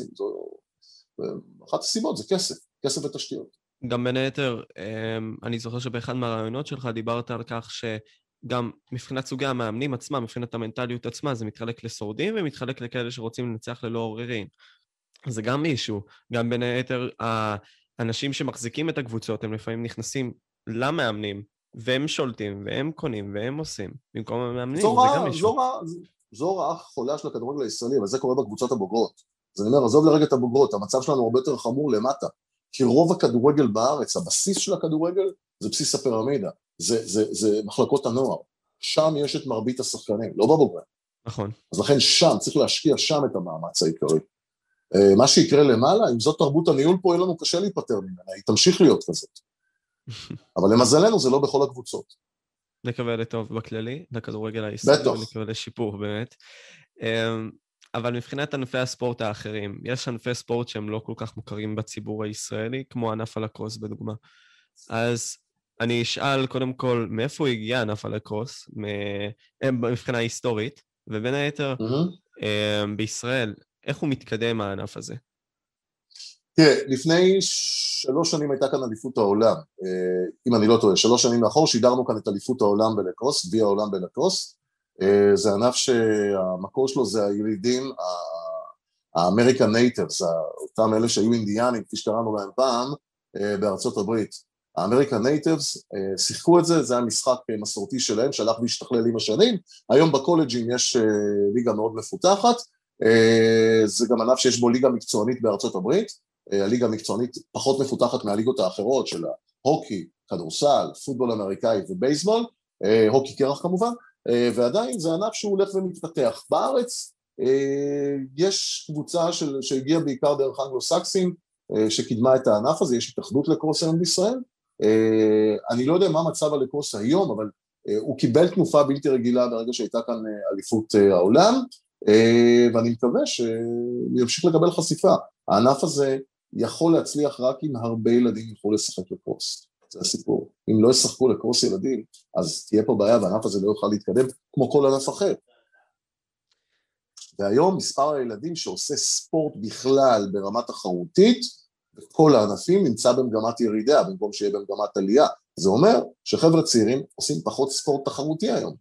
אחת הסיבות זה כסף ותשתיות. גם בין היתר, אני זוכר שבאחד מהרעיונות שלך דיברת על כך שגם מבחינת סוגי המאמנים עצמם, מבחינת המנטליות עצמה, זה מתחלק לשורדים ומתחלק לכאלה שרוצים לנצח ללא עוררין. זה גם מישהו, גם בין היתר, האנשים שמחזיקים את הקבוצות, הם לפעמים נכנסים למאמנים, והם שולטים, והם קונים, והם עושים, במקום המאמנים, זה גם מישהו. זו רעה חולה של הכדורגל הישראלי, אבל זה קורה בקבוצות הבוגרות. אז אני אומר, עזוב לרגע את הבוגרות, המצב שלנו הרבה יותר חמור למטה, כי רוב הכדורגל בארץ, הבסיס של הכדורגל, זה בסיס הפירמידה, זה מחלקות הנוער, שם יש את מרבית השחקנים, לא בבוגרים. נכון. אז לכן שם, צריך להשקיע שם את המאמץ העיקרי. מה שיקרה למעלה, אם זאת תרבות הניהול פה, יהיה לנו קשה להיפטר ממנה, היא תמשיך להיות כזאת. אבל למזלנו זה לא בכל הקבוצות. נקווה לטוב בכללי, לכדורגל הישראלי, ונקווה לשיפור באמת. אבל מבחינת ענפי הספורט האחרים, יש ענפי ספורט שהם לא כל כך מוכרים בציבור הישראלי, כמו ענף הלקרוס בדוגמה. אז אני אשאל קודם כל, מאיפה הגיע ענף הלקרוס, מבחינה היסטורית, ובין היתר, בישראל, איך הוא מתקדם הענף הזה? תראה, לפני 3 שנים הייתה כאן אליפות העולם, אם אני לא טועה, 3 שנים לאחור שידרנו כאן את אליפות העולם בלקרוס, גביע העולם בלקרוס, זה ענף שהמקור שלו זה הילידים, האמריקן נייטיבס, אותם אלה שהיו אינדיאנים, כפי שקראנו להם פעם, בארצות הברית. האמריקן נייטיבס שיחקו את זה, זה היה משחק מסורתי שלהם, שהלך והשתכלל עם השנים, היום בקולג'ים יש ליגה מאוד מפותחת, זה גם ענף שיש בו ליגה מקצוענית בארצות הברית, הליגה המקצוענית פחות מפותחת מהליגות האחרות של ההוקי, כדורסל, פוטבול אמריקאי ובייסבול, הוקי קרח כמובן, ועדיין זה ענף שהוא הולך ומתפתח. בארץ יש קבוצה שהגיעה בעיקר דרך אנגלו-סקסים, שקידמה את הענף הזה, יש התאחדות לקרוס היום בישראל, אני לא יודע מה מצב הלקרוס היום, אבל הוא קיבל תנופה בלתי רגילה ברגע שהייתה כאן אליפות העולם, ואני מקווה שימשיך לקבל חשיפה. הענף הזה יכול להצליח רק אם הרבה ילדים יוכלו לשחק לקרוס. זה הסיפור. אם לא ישחקו לקרוס ילדים, אז תהיה פה בעיה, והענף הזה לא יוכל להתקדם כמו כל ענף אחר. והיום מספר הילדים שעושה ספורט בכלל ברמה תחרותית, בכל הענפים נמצא במגמת ירידה, במקום שיהיה במגמת עלייה. זה אומר שחבר'ה צעירים עושים פחות ספורט תחרותי היום.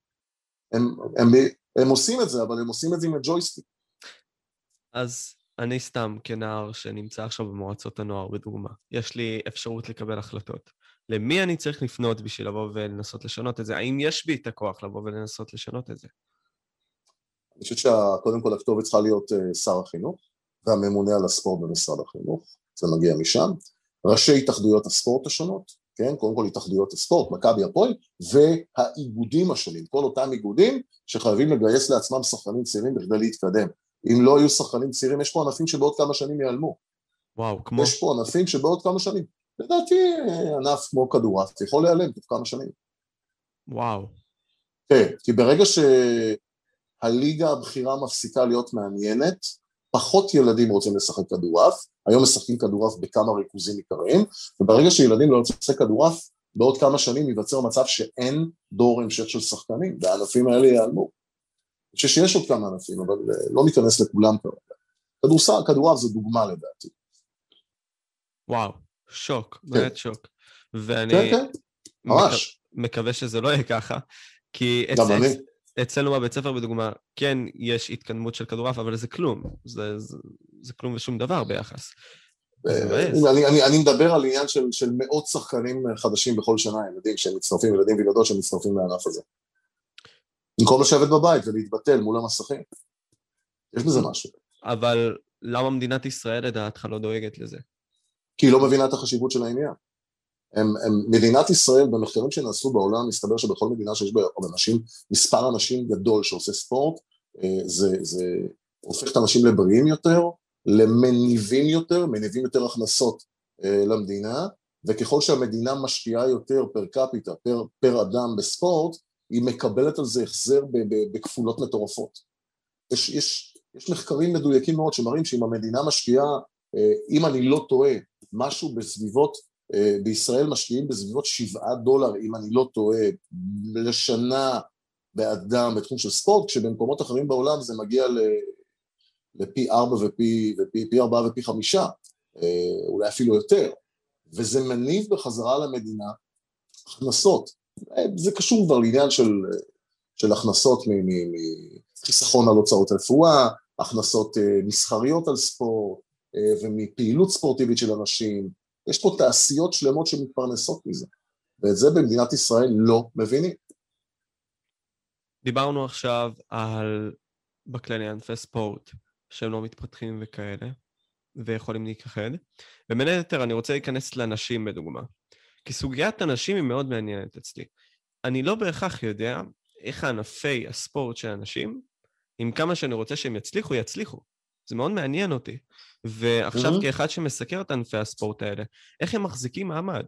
הם עושים את זה, אבל הם עושים את זה עם הג'ויסטיק. אז אני סתם כנער שנמצא עכשיו במועצות הנוער בדוגמה, יש לי אפשרות לקבל החלטות. למי אני צריך לפנות בשביל לבוא ולנסות לשנות את זה? האם יש בי את הכוח לבוא ולנסות לשנות את זה? אני חושב שקודם כל הכתובת צריכה להיות שר החינוך, והממונה על הספורט במשרד החינוך, זה מגיע משם, ראשי התאחדויות הספורט השונות, כן? קודם כל התאחדויות הספורט, מכבי הפועל, והאיגודים השונים, כל אותם איגודים שחייבים לגייס לעצמם שחקנים צעירים בכדי להתקדם. אם לא היו שחקנים צעירים, יש פה ענפים שבעוד כמה שנים ייעלמו. וואו, כמו? יש פה ענפים שבעוד כמה שנים. לדעתי, ענף כמו כדורעף, יכול להיעלם תוך כמה שנים. וואו. כן, כי ברגע שהליגה הבחירה מפסיקה להיות מעניינת, פחות ילדים רוצים לשחק כדורעף, היום משחקים כדורעף בכמה ריכוזים עיקריים, וברגע שילדים לא רוצים לשחק כדורעף, בעוד כמה שנים ייווצר מצב שאין דור המשך של שחקנים, והענפים האלה ייעלמו. אני חושב שיש עוד כמה ענפים, אבל לא ניכנס לכולם כרגע. כדורעף זה דוגמה לדעתי. וואו, שוק, באמת שוק. ואני כן, ממש. מקווה שזה לא יהיה ככה, כי אצלנו בבית ספר בדוגמה, כן יש התקדמות של כדורעף, אבל זה כלום. זה כלום ושום דבר ביחס. אני מדבר על עניין של מאות שחקנים חדשים בכל שנה, ילדים שמצטרפים, ילדים וילדות שמצטרפים לענף הזה. במקום לשבת בבית ולהתבטל מול המסכים. יש בזה משהו. אבל למה מדינת ישראל לדעתך לא דואגת לזה? כי היא לא מבינה את החשיבות של העניין. מדינת ישראל, במחקרים שנעשו בעולם, מסתבר שבכל מדינה שיש בה מספר אנשים גדול שעושה ספורט, זה הופך את האנשים לבריאים יותר, למניבים יותר הכנסות למדינה, וככל שהמדינה משקיעה יותר פר קפיטה, פר אדם בספורט, היא מקבלת על זה החזר בכפולות מטורפות. יש מחקרים מדויקים מאוד שמראים שאם המדינה משקיעה, אם אני לא טועה, משהו בסביבות, בישראל משקיעים בסביבות $7, אם אני לא טועה, לשנה באדם בתחום של ספורט, כשבמקומות אחרים בעולם זה מגיע לפי 4 ופי 4 ופי 5, אולי אפילו יותר, וזה מניב בחזרה למדינה הכנסות. זה קשור כבר לעניין של הכנסות מחיסכון על הוצאות רפואה, הכנסות מסחריות על ספורט, ומפעילות ספורטיבית של אנשים. יש פה תעשיות שלמות שמתפרנסות מזה, ואת זה במדינת ישראל לא מבינים. דיברנו עכשיו על בכללי ענפי ספורט, שהם לא מתפתחים וכאלה, ויכולים להיכחד. ובין היתר אני רוצה להיכנס לאנשים בדוגמה. כי סוגיית הנשים היא מאוד מעניינת אצלי. אני לא בהכרח יודע איך הענפי הספורט של אנשים, עם כמה שאני רוצה שהם יצליחו. זה מאוד מעניין אותי. ועכשיו כאחד שמסקר את ענפי הספורט האלה, איך הם מחזיקים מעמד?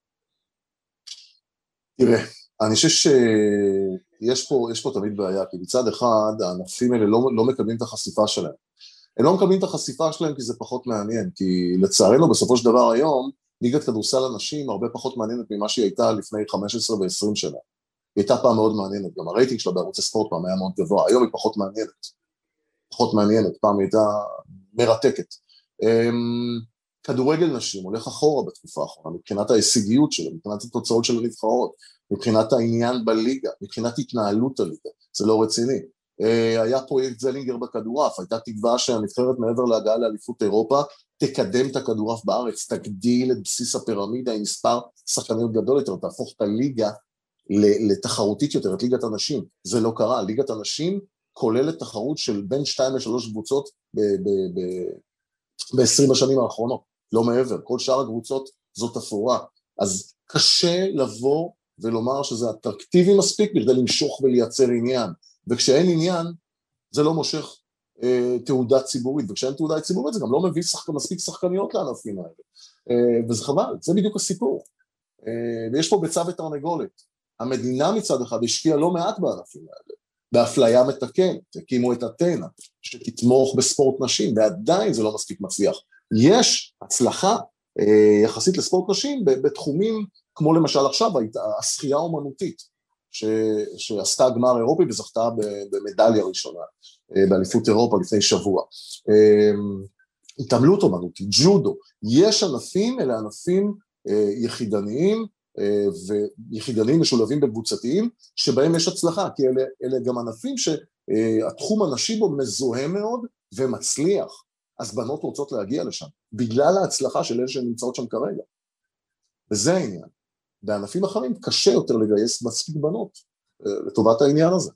תראה, אני חושב שיש פה תמיד בעיה, כי מצד אחד הענפים האלה לא מקבלים את החשיפה שלהם. הם לא מקבלים את החשיפה שלהם כי זה פחות מעניין, כי לצערנו בסופו של דבר היום, ליגת כדורסל הנשים הרבה פחות מעניינת ממה שהיא הייתה לפני 15 ו-20 שנה. היא הייתה פעם מאוד מעניינת, גם הרייטינג שלה בערוץ הספורט פעם היה מאוד גבוה, היום היא פחות מעניינת, פעם היא הייתה מרתקת. כדורגל נשים הולך אחורה בתקופה האחרונה, מבחינת ההישגיות שלו, מבחינת התוצאות של הנבחרות, מבחינת העניין בליגה, מבחינת התנהלות הליגה, זה לא רציני. היה פרויקט זלינגר בכדורעף, הייתה תקווה שהנבחרת מעבר להגעה לאליפות אירופה, תקדם את הכדורעף בארץ, תגדיל את בסיס הפירמידה עם מספר שחקניות גדול יותר, תהפוך את הליגה לתחרותית יותר, את ליגת הנשים. זה לא קרה, ליגת הנשים כוללת תחרות של בין 2 ל-3 קבוצות ב-20 השנים האחרונות, לא מעבר, כל שאר הקבוצות זאת אפורה. אז קשה לבוא ולומר שזה אטרקטיבי מספיק בכדי למשוך ולייצר עניין, וכשאין עניין זה לא מושך תעודה ציבורית, וכשאין תעודה ציבורית זה גם לא מביא מספיק שחקניות לענפים האלה, וזה חבל, זה בדיוק הסיפור. ויש פה ביצה ותרנגולת, המדינה מצד אחד השקיעה לא מעט בענפים האלה, באפליה מתקנת, הקימו את אתנה, שתתמוך בספורט נשים, ועדיין זה לא מספיק מצליח. יש הצלחה יחסית לספורט נשים בתחומים, כמו למשל עכשיו, השחייה האומנותית, שעשתה גמר אירופי וזכתה במדליה ראשונה, באליפות אירופה לפני שבוע. התעמלות אומנותית, ג'ודו, יש ענפים, אלה ענפים יחידניים, ויחידניים משולבים בקבוצתיים, שבהם יש הצלחה, כי אלה גם ענפים שהתחום הנשי בו מזוהה מאוד ומצליח, אז בנות רוצות להגיע לשם, בגלל ההצלחה של אלה שנמצאות שם כרגע. וזה העניין. בענפים אחרים קשה יותר לגייס מספיק בנות לטובת העניין הזה.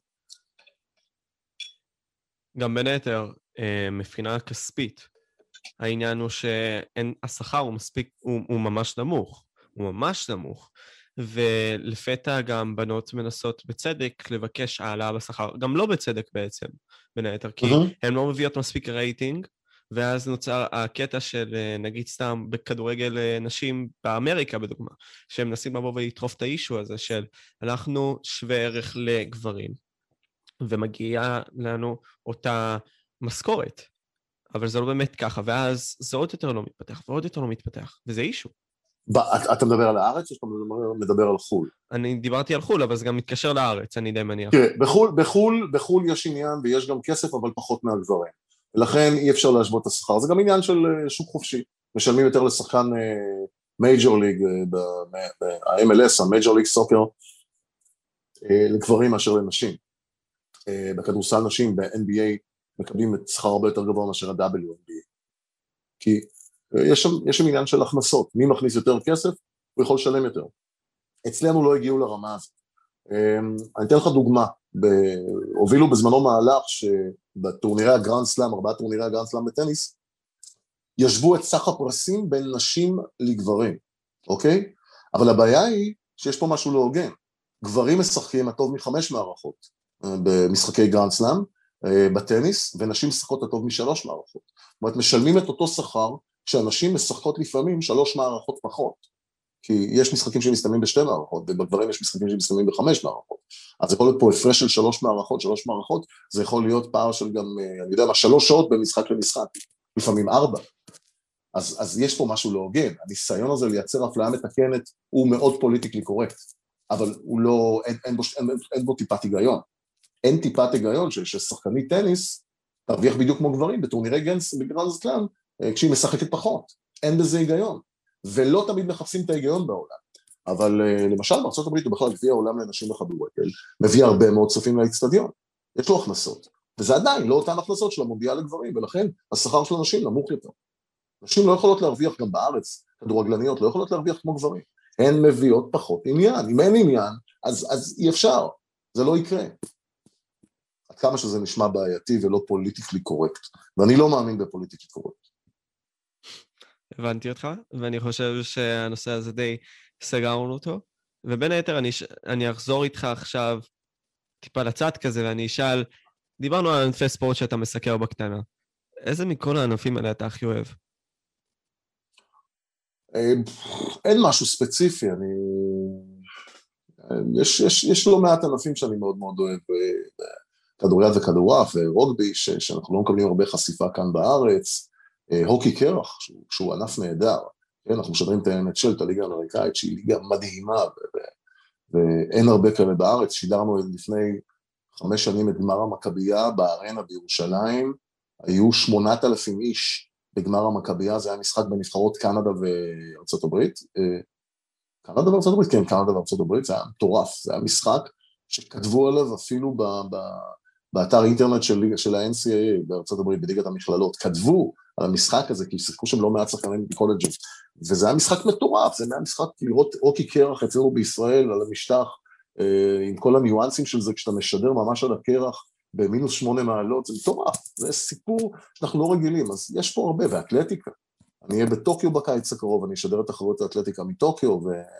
גם בין היתר, מבחינה כספית, העניין הוא שהשכר הוא ממש נמוך. הוא ממש נמוך, ולפתע גם בנות מנסות בצדק לבקש העלה בשכר, גם לא בצדק בעצם, בין היתר, כי הן לא מביאות מספיק רייטינג, ואז נוצר הקטע של, נגיד סתם, בכדורגל נשים באמריקה בדוגמה, שהם מנסים לבוא ולטרוף את האישו הזה של, אנחנו שווה ערך לגברים, ומגיעה לנו אותה משכורת, אבל זה לא באמת ככה, ואז זה עוד יותר לא מתפתח, ועוד יותר לא מתפתח, וזה אישו. אתה מדבר על הארץ או שאתה מדבר על חו"ל? אני דיברתי על חו"ל, אבל זה גם מתקשר לארץ, אני די מניח. תראה, בחו"ל יש עניין ויש גם כסף, אבל פחות מהגברים. ולכן אי אפשר להשוות את השכר. זה גם עניין של שוק חופשי. משלמים יותר לשחקן מייג'ור ליג, ב-MLS, המייג'ור ליג סוקר, לגברים מאשר לנשים. בכדורסל נשים, ב-NBA, מקבלים את שכר הרבה יותר גבוה מאשר ה-WNBA. כי יש שם עניין של הכנסות. מי מכניס יותר כסף, הוא יכול לשלם יותר. אצלנו לא הגיעו לרמה הזאת. אני אתן לך דוגמה, הובילו בזמנו מהלך שבטורנירי הגרנד סלאם, 4 טורנירי הגרנד סלאם בטניס, ישבו את סך הפרסים בין נשים לגברים, אוקיי? אבל הבעיה היא שיש פה משהו לא הוגן. גברים משחקים הטוב מ5 מערכות במשחקי גרנד סלאם בטניס, ונשים משחקות הטוב מ3 מערכות. זאת אומרת, משלמים את אותו שכר, כשאנשים משחקות לפעמים 3 מערכות פחות. כי יש משחקים שמסתיימים ב2 מערכות, ובגברים יש משחקים שמסתיימים ב5 מערכות. אז זה יכול להיות פה הפרש של 3 מערכות, זה יכול להיות פער של גם, אני יודע מה, 3 שעות במשחק למשחק, לפעמים 4. אז יש פה משהו לא הוגן. הניסיון הזה לייצר אפליה מתקנת הוא מאוד פוליטיקלי קורקט, אבל הוא לא, אין בו טיפת היגיון. אין טיפת היגיון ששחקנית טניס תרוויח בדיוק כמו גברים בטורנירי גרנד סלאם, כשהיא משחקת פחות. אין בזה היגיון. ולא תמיד מחפשים את ההיגיון בעולם. אבל למשל בארצות הברית הוא בכלל גביע העולם לנשים בכדורגל, מביא הרבה מאוד צופים לאצטדיון, יש לו הכנסות, וזה עדיין לא אותן הכנסות של המונדיאל לגברים, ולכן השכר של הנשים נמוך יותר. נשים לא יכולות להרוויח גם בארץ, כדורגלניות לא יכולות להרוויח כמו גברים, הן מביאות פחות עניין, אם אין עניין, אז אי אפשר, זה לא יקרה. עד כמה שזה נשמע בעייתי ולא פוליטיקלי קורקט, ואני לא מאמין בפוליטיקלי קורקט. הבנתי אותך, ואני חושב שהנושא הזה די סגרנו אותו, ובין היתר אני אחזור איתך עכשיו טיפה לצד כזה, ואני אשאל, דיברנו על ענפי ספורט שאתה מסקר בקטנה, איזה מכל הענפים האלה אתה הכי אוהב? אין משהו ספציפי, יש לא מעט ענפים שאני מאוד מאוד אוהב, כדוריד וכדורעף ורוגבי, שאנחנו לא מקבלים הרבה חשיפה כאן בארץ, הוקי קרח, שהוא ענף נהדר, אנחנו משדרים את NHL, את הליגה האמריקאית, שהיא ליגה מדהימה, ואין הרבה כאלה בארץ, שידרנו לפני 5 שנים את גמר המכבייה בארנה בירושלים, היו 8,000 איש בגמר המכבייה, זה היה משחק בנבחרות קנדה וארצות הברית, קנדה וארצות הברית, כן, קנדה וארצות הברית, זה היה מטורף, זה היה משחק שכתבו עליו אפילו באתר אינטרנט של ה-NCAA בארצות הברית, בליגת המכללות, כתבו על המשחק הזה, כי שיחקו שם לא מעט שחקנים בקולג'ים, וזה היה משחק מטורף, זה היה משחק לראות הוקי קרח אצלנו בישראל, על המשטח, עם כל הניואנסים של זה, כשאתה משדר ממש על הקרח, במינוס 8 מעלות, זה מטורף, זה סיפור שאנחנו לא רגילים, אז יש פה הרבה, ואתלטיקה, אני אהיה בטוקיו בקיץ הקרוב, אני אשדר את תחרויות האתלטיקה מטוקיו,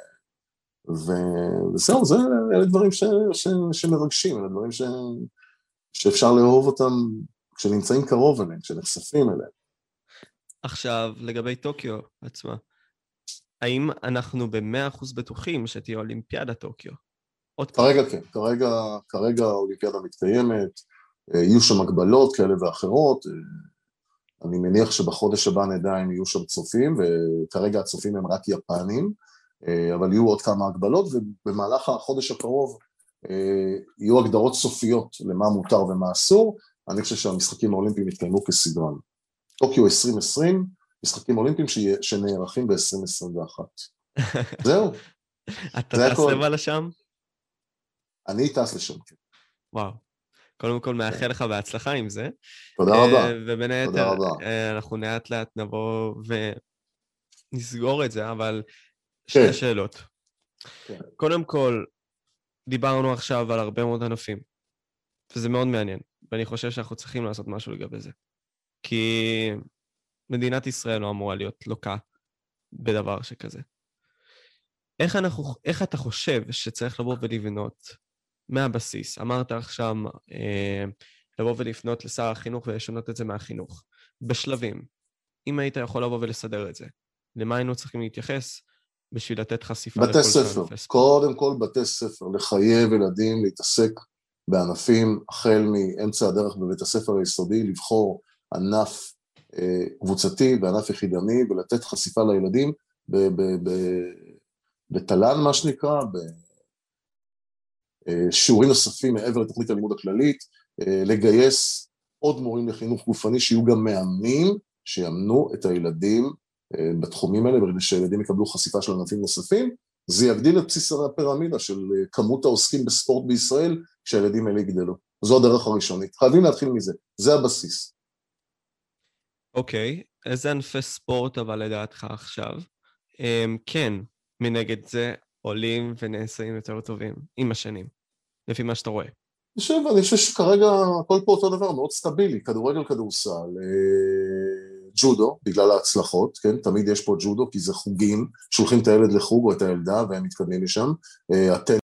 וזהו, אלה דברים שמרגשים, אלה דברים שאפשר לאהוב אותם, כשנמצאים קרוב אליהם, כשנחשפים אליהם. עכשיו, לגבי טוקיו עצמה, האם אנחנו ב100% בטוחים שתהיה אולימפיאדה טוקיו? כרגע כן, כרגע האולימפיאדה מתקיימת, יהיו שם הגבלות כאלה ואחרות, אני מניח שבחודש הבא נדע אם יהיו שם צופים, וכרגע הצופים הם רק יפנים, אבל יהיו עוד כמה הגבלות, ובמהלך החודש הקרוב יהיו הגדרות סופיות למה מותר ומה אסור, אני חושב שהמשחקים האולימפיים יתקיימו כסדרם. טוקיו 2020, משחקים אולימפיים שנערכים ב-2021. זהו. אתה טס לבא לשם? אני טס לשם, כן. וואו. קודם כל מאחל לך בהצלחה עם זה. תודה רבה. ובין היתר, אנחנו לאט לאט נבוא ונסגור את זה, אבל שתי שאלות. קודם כל, דיברנו עכשיו על הרבה מאוד ענפים, וזה מאוד מעניין, ואני חושב שאנחנו צריכים לעשות משהו לגבי זה. כי מדינת ישראל לא אמורה להיות לוקה בדבר שכזה. איך אתה חושב שצריך לבוא ולבנות מהבסיס? אמרת עכשיו לבוא ולפנות לשר החינוך ולשנות את זה מהחינוך. בשלבים, אם היית יכול לבוא ולסדר את זה, למה היינו צריכים להתייחס בשביל לתת חשיפה בתי ספר, קודם כל בתי ספר, לחייב ילדים להתעסק בענפים, החל מאמצע הדרך בבית הספר היסודי, לבחור ענף קבוצתי בענף יחידני, ולתת חשיפה לילדים בתל"ן, מה שנקרא, בשיעורים נוספים מעבר לתוכנית הלימוד הכללית, לגייס עוד מורים לחינוך גופני, שיהיו גם מאמנים, שיאמנו את הילדים בתחומים האלה, ברגע שהילדים יקבלו חשיפה של ענפים נוספים, זה יגדיל את בסיס הפירמידה של כמות העוסקים בספורט בישראל, כשהילדים האלה יגדלו. זו הדרך הראשונית. חייבים להתחיל מזה, זה הבסיס. אוקיי, איזה ענפי ספורט אבל לדעתך עכשיו? כן, מנגד זה עולים ונעשים יותר טובים עם השנים, לפי מה שאתה רואה. אני חושב שכרגע הכל פה אותו דבר, מאוד סטבילי, כדורגל, כדורסל, ג'ודו, בגלל ההצלחות, כן? תמיד יש פה ג'ודו, כי זה חוגים, שולחים את הילד לחוג או את הילדה, והם מתקדמים משם,